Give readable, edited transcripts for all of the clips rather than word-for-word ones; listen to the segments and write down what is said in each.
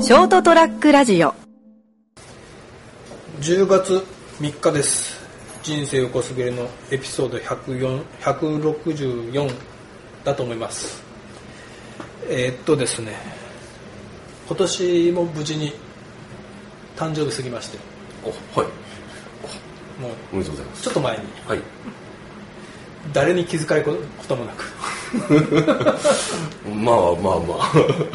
ショートトラックラジオ 10月3日です。人生横滑りのエピソード164だと思います。ですね、今年も無事に誕生日過ぎまして、 はい、 もうおめでとうございます。 ちょっと前に、 はい、 誰に気づかれることもなくまあ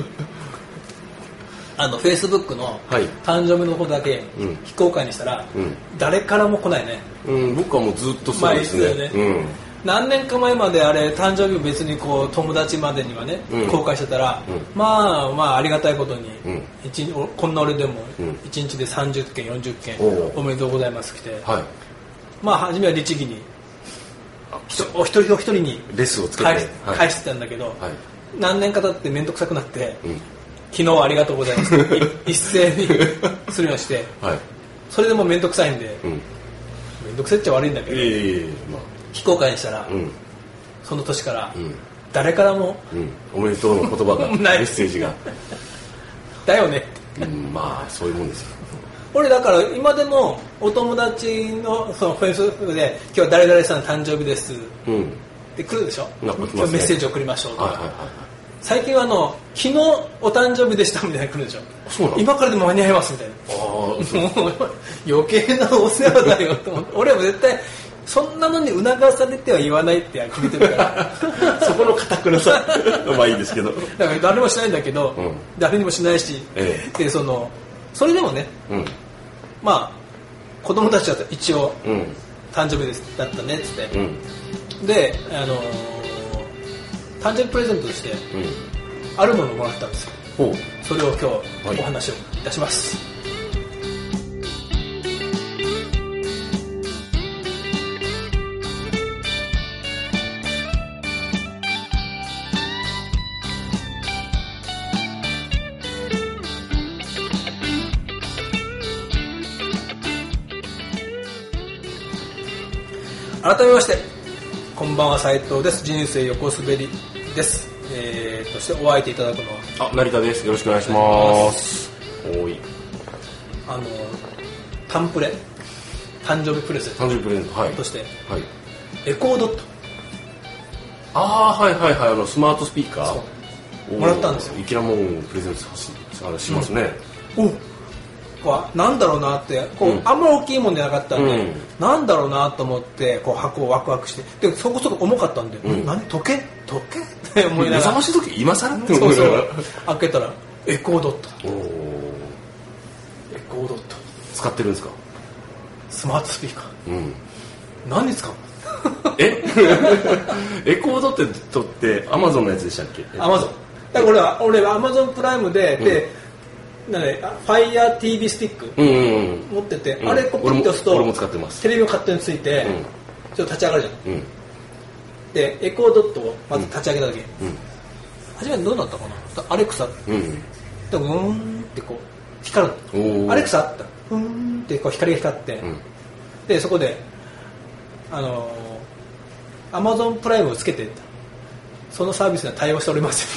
Facebook の誕生日のことだけ非公開にしたら、誰からも来ないね。 僕はもうずっとそうですね。 何年か前まであれ誕生日別にこう友達までにはね、公開してたら、まあありがたいことに、こんな俺でも1日で30件40件おめでとうございます来て、まあ初めは律儀にお一人お一人にレスをつけて返してたんだけど、何年か経って面倒くさくなって、昨日はありがとうございます一斉にするようにして、それでも面倒くさいんで、面倒くさいっちゃ悪いんだけど、非公開にしたら、その年から、誰からも、 おめでとうの言葉がメッセージがだよねって、 まあそういうもんですよ。 俺だから今でもお友達のそのフェイスブックで今日は誰々さんの誕生日ですって来るでしょ、今日メッセージ送りましょうとか、最近は昨日お誕生日でしたみたいなの来るでしょ。今からでも間に合いますみたいな。もう余計なお世話だよと思って、俺は絶対そんなのに促されては言わないって決めてるからそこの固くなさまあいいですけど、 だから誰もしないんだけど、誰にもしないし、でそれでもね、まあ子供たちだと一応、誕生日ですだったねっつって、で誕生日プレゼントとして、あるものをもらったんですよ。それを今日お話をいたします。改めましてこんばんは、斉藤です。人生横滑りです。そしてお相手いただくのは成田です。よろしくお願いします。 タンプレ誕生日プレゼントとして、エコードット、 スマートスピーカーもらったんですよ。 いきなもんプレゼントしますね。 なんだろうなって、あんまり大きいもんじゃなかったんで、なんだろうなと思って箱をワクワクして、でそこそこ重かったんで、何時計って思いながら、 目覚まし時計今更って思いながら開けたらエコードット。エコードット使ってるんですか？ スマートスピーカー。何に使うの？ エコードットってアマゾンのやつでしたっけ？ アマゾンだから俺はアマゾンプライムで、Fire TV スティック持ってて、あれポッと押すと俺も使ってます。 テレビが勝手について、ちょっと立ち上がるじゃん。でエコードットをまず立ち上げた時、初めにどうなったかな、アレクサでウーンってこう光るの。アレクサってウーンってこう光が光って、でそこでアマゾンプライムをつけてそのサービスには対応しております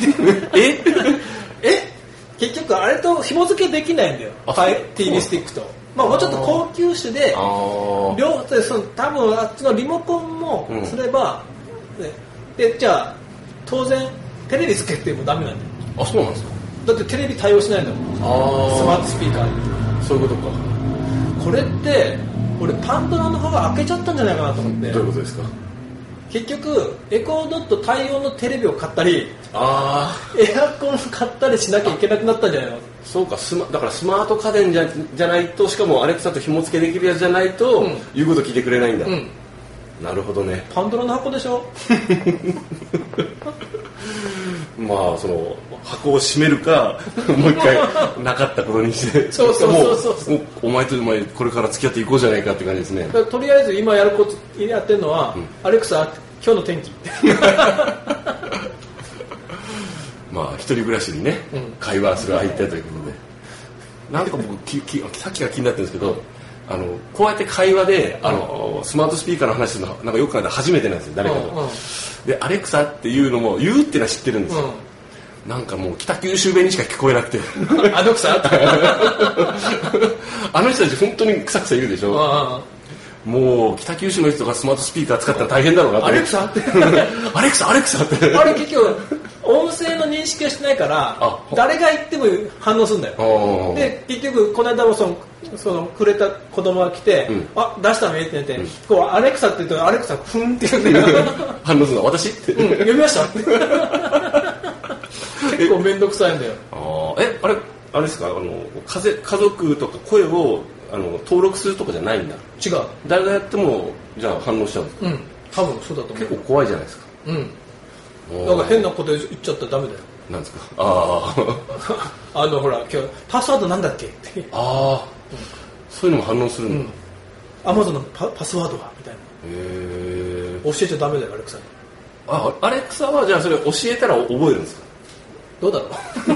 結局あれと紐付けできないんだよ、TV スティックと。もうちょっと高級種で多分あっちのリモコンもすれば、でじゃあ当然テレビつけてもダメなんだよ。 そうなんですか？ だってテレビ対応しないんだもん、スマートスピーカーに。 そういうことか。 これって俺パンドラの方が開けちゃったんじゃないかなと思って。 どういうことですか？ 結局エコードット対応のテレビを買ったり、エアコン買ったりしなきゃいけなくなったんじゃないの？ そうか、だからスマート家電じゃないと、しかもアレクサと紐付けできるやつじゃないと、言うこと聞いてくれないんだ。なるほどね。 パンドラの箱でしょまあその箱を閉めるかもう一回なかったことにしてお前とこれから付き合っていこうじゃないかって感じですね。 とりあえず今やってるのは、アレクサ今日の天気まあ一人暮らしにね、会話する相手ということで、なんか僕さっきが気になってるんですけど、こうやって会話でスマートスピーカーの話するのなんかよく考えたら初めてなんですよ、誰かと。でアレクサっていうのも言うっていうのは知ってるんですよ。 なんかもう北九州弁にしか聞こえなくてあの草あの人たち本当にクサクサ言うでしょ。もう北九州の人がスマートスピーカー使ったら大変だろうなって。 アレクサってアレクサってあれ結局音声の認識をしてないから誰が言っても反応するんだよ。で結局この間もそのくれた子供が来て、あ出したのって言って、こうアレクサって言うとアレクサふんって言うんだよ反応するの私って、 読みましたって結構面倒くさいんだよ。 あれですか、家族とか声を登録するとかじゃないんだ。 違う。 誰がやってもじゃあ反応しちゃうんですか。 多分そうだと思う。 結構怖いじゃないですか。 なんか変なこと言っちゃったらダメだよ。 なんですか。 ほら今日パスワードなんだっけって。 そういうのも反応するんだ。 アマゾンのパスワードはみたいな。教えちゃダメだよアレクサに。 アレクサはじゃあそれ教えたら覚えるんですか。 どうだろう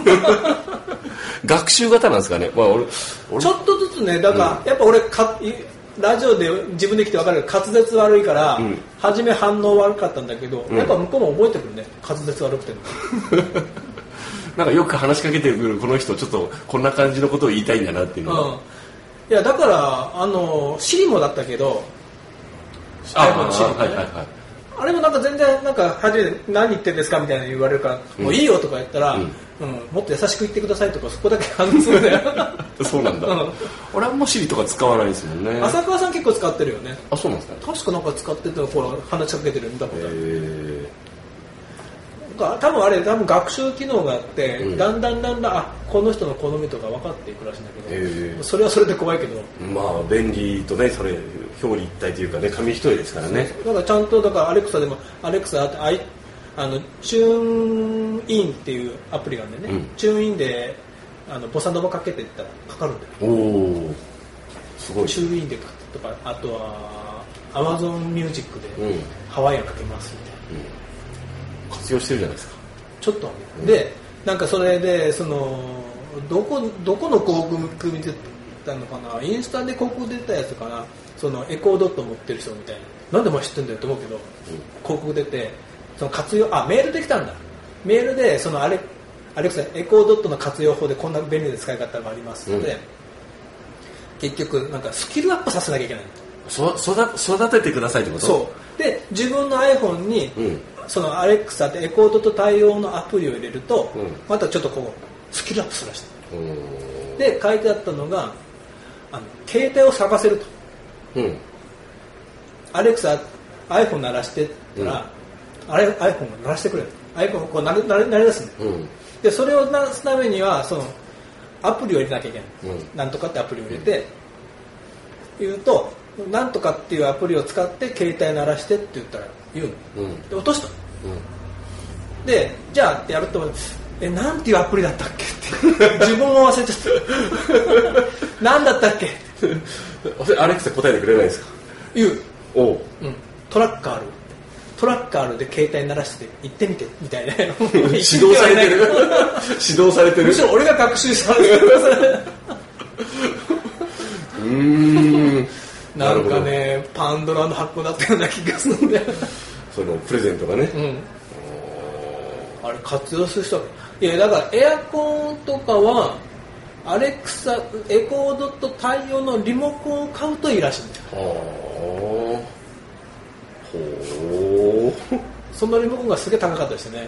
学習型なんですかね。俺ちょっとずつね、だから、やっぱ俺ラジオで自分で来て分かるけど滑舌悪いから、初め反応悪かったんだけど、やっぱ向こうも覚えてくるね、滑舌悪くてもなんかよく話しかけてくるこの人ちょっとこんな感じのことを言いたいんだなっていうのは、 いやだからシリもだったけど iPhone のシリもね、あれもなんか全然なんか初めて何言ってんですかみたいな言われるから、もういいよとか言ったら、もっと優しく言ってくださいとかそこだけ反応するんだよそうなんだ、俺はもうシリとか使わないですもんね。 浅川さん結構使ってるよね。 そうなんですか。 確かなんか使っててほら話しかけてるんだこと多分学習機能があって、だんだんこの人の好みとか分かっていくらしいんだけど、それはそれで怖いけど、 便利とね、それ表裏一体というかね、紙一重ですからね。 だからちゃんとだからアレクサでもアレクサってチューンインっていうアプリがあるんでね、チューンインでボサノバかけていったらかかるんだよ。 すごい。 チューンインでとか、あとはAmazon Musicでハワイアンかけますみたいな。 活用してるじゃないですか。 ちょっとでなんかそれでどこの広告見てたのかな、インスタで広告出たやつかな、エコードット持ってる人みたいな、なんでお前知ってんだよと思うけど、広告出て活用メールできたんだ。メールでアレクサエコードットの活用法でこんな便利な使い方がありますので、結局なんかスキルアップさせなきゃいけない。 育ててくださいってこと。 そうで自分の iPhone に、アレクサってエコードット対応のアプリを入れると、またちょっとスキルアップするらしい。で書いてあったのが携帯を探せると、アレクサ iPhone 鳴らしてって言ったら、iPhone を鳴らしてくれる。 iPhone をこう鳴り出すんだよ、でそれを鳴らすためにはアプリを入れなきゃいけない、なんとかってアプリを入れて、言うとなんとかっていうアプリを使って携帯鳴らしてって言ったら言うの、で落とした、でじゃあってやるとなんていうアプリだったっけって自分も忘れちゃったなんだったっけアレクサ答えてくれないですか。 言う。トラッカーあるで携帯鳴らして行ってみてみたいな指導されてる指導されてる。 むしろ俺が学習したんですなんかねパンドラの箱だったような気がするんだよそのプレゼントがね、 あれ活用する人だからエアコンとかはアレクサエコードット対応のリモコンを買うといいらしいんだよ。そのリモコンがすげえ高かったですね。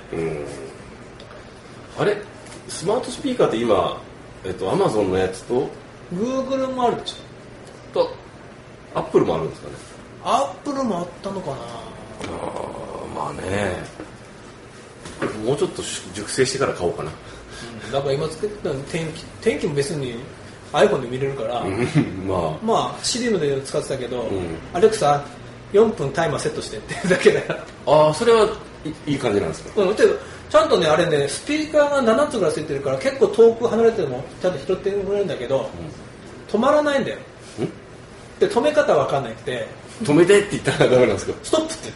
あれスマートスピーカーって今Amazon のやつと Google もあるでしょ。とApple もあるんですかね。 Apple もあったのかな。 まあね、もうちょっと熟成してから買おうかな。 だから今作った天気も別に iPhone で見れるからまあ Siri で使ってたけど、アレクサ4分タイマーセットしてっていうだけだよ。 それはいい感じなんですか。 ちゃんとねあれねスピーカーが7つぐらいついてるから結構遠く離れてもちゃんと拾ってくれるんだけど、止まらないんだよ。で止め方わかんなくて止めてって言ったらダメなんですか。 ストップって言った。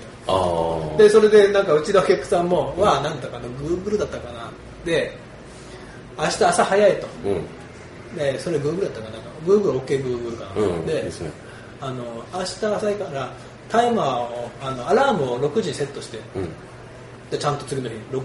でそれでなんかうちのお客さんもなんだかな Google だったかなで明日朝早いと、でそれ Google だったかな Google かな、で明日朝いからタイマーをアラームを6時にセットして、でちゃんと次の日6時に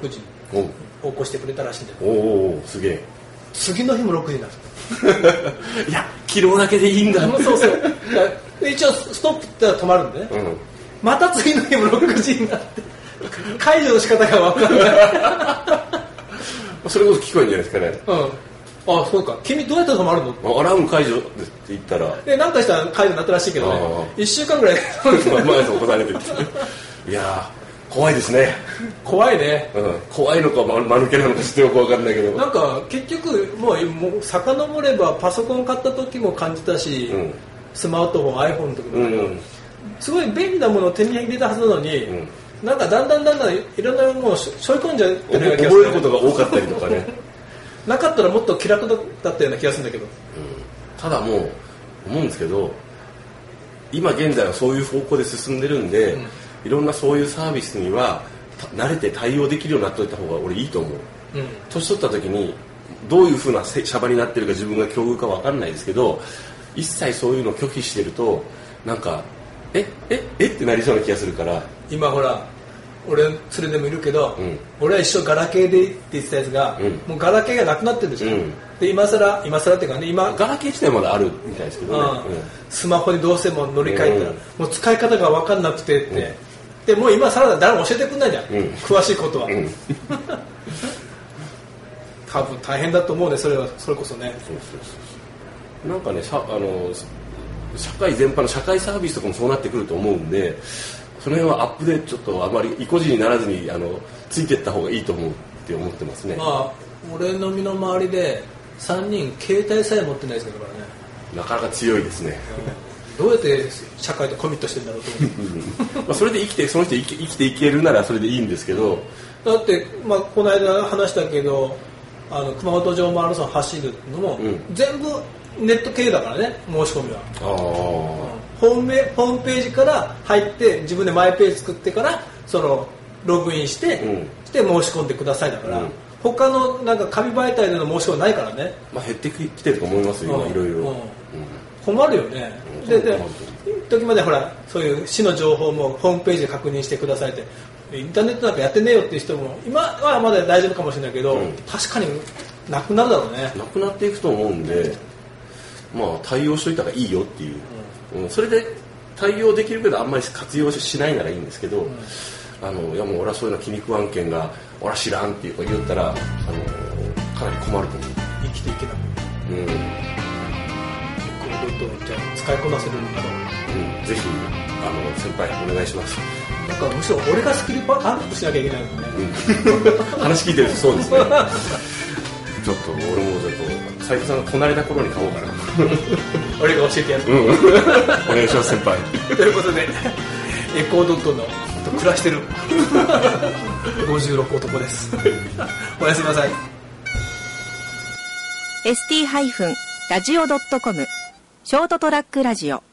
起こしてくれたらしいんだよ。おすげえ。 次の日も6時になるいや昨日だけでいいんだ。 そう一応ストップって止まるんでね、また次の日も6時になって解除の仕方が分かんないそれこそ聞こえるんじゃないですかね。 あ、そうか。君どうやって止まるの？ アラーム解除って言ったらで何かしたら解除になったらしいけどね、1週間ぐらい前起こされてるいや怖いですね。 怖いね、 怖いのか間抜けなのかちょっとよく分かんないけど、 なんか結局もう遡ればパソコン買った時も感じたし、スマートフォン iPhone の時も、すごい便利なものを手に入れたはずなのに、なんかだんだんいろんなものを背負い込んじゃうっていうような気がする、 覚えることが多かったりとかねなかったらもっと気楽だったような気がするんだけど、 ただもう思うんですけど、今現在はそういう方向で進んでるんで、いろんなそういうサービスには慣れて対応できるようになっておいた方が俺いいと思う、年取った時にどういう風なシャバになってるか自分が境遇か分かんないですけど、一切そういうのを拒否してるとなんかってなりそうな気がするから。 今ほら俺連れでもいるけど、俺は一生ガラケーでって言ってたやつが、もうガラケーがなくなってるんですよ、で今更っていうかね、今ガラケー自体まだあるみたいですけどね、 スマホにどうしても乗り換えたら、もう使い方が分かんなくてって、でもう今更誰も教えてくんないじゃん、詳しいことは、多分大変だと思うね、それこそね。 そうなんかね、社会全般の社会サービスとかもそうなってくると思うんで、その辺はアップデートちょっとあまり意固地にならずについていった方がいいと思ってますね。 俺の身の回りで3人携帯さえ持ってないですけどからね、 なかなか強いですね、 どうやって社会とコミットしてるんだろうと思うそれでその人生きていけるならそれでいいんですけど、 だって、この間話したけど熊本城マラソン走るのも、全部ネット経由だからね、申し込みは。ホームページから入って自分でマイページ作ってからログインして、申し込んでくださいだから、他のなんか紙媒体での申し込みないからね。 減ってきてると思いますよ、いろいろ。 困るよね。で時までほらそういう市の情報もホームページで確認してくださいって、インターネットなんかやってねえよっていう人も今はまだ大丈夫かもしれないけど、確かになくなるだろうね。 なくなっていくと思うんで、対応しといた方がいいよっていう、それで対応できるけどあんまり活用しないならいいんですけど、いやもう俺はそういうの気に食わんけんが俺は知らんっていうか言ったらかなり困ると思う。 生きていけない。結構どんどんじゃ使いこなせるんだろう。ぜひ先輩お願いします。 なんかむしろ俺がスキルアップしなきゃいけないもんね。 話聞いてるとそうですね。ちょっと俺も斉藤さんがこなれた頃に買おうかな。 俺が教えてやる。 お願いします先輩。 ということでエコードットの暮らしてる56男です。おやすみなさい。 ST-radio.com ショートトラックラジオ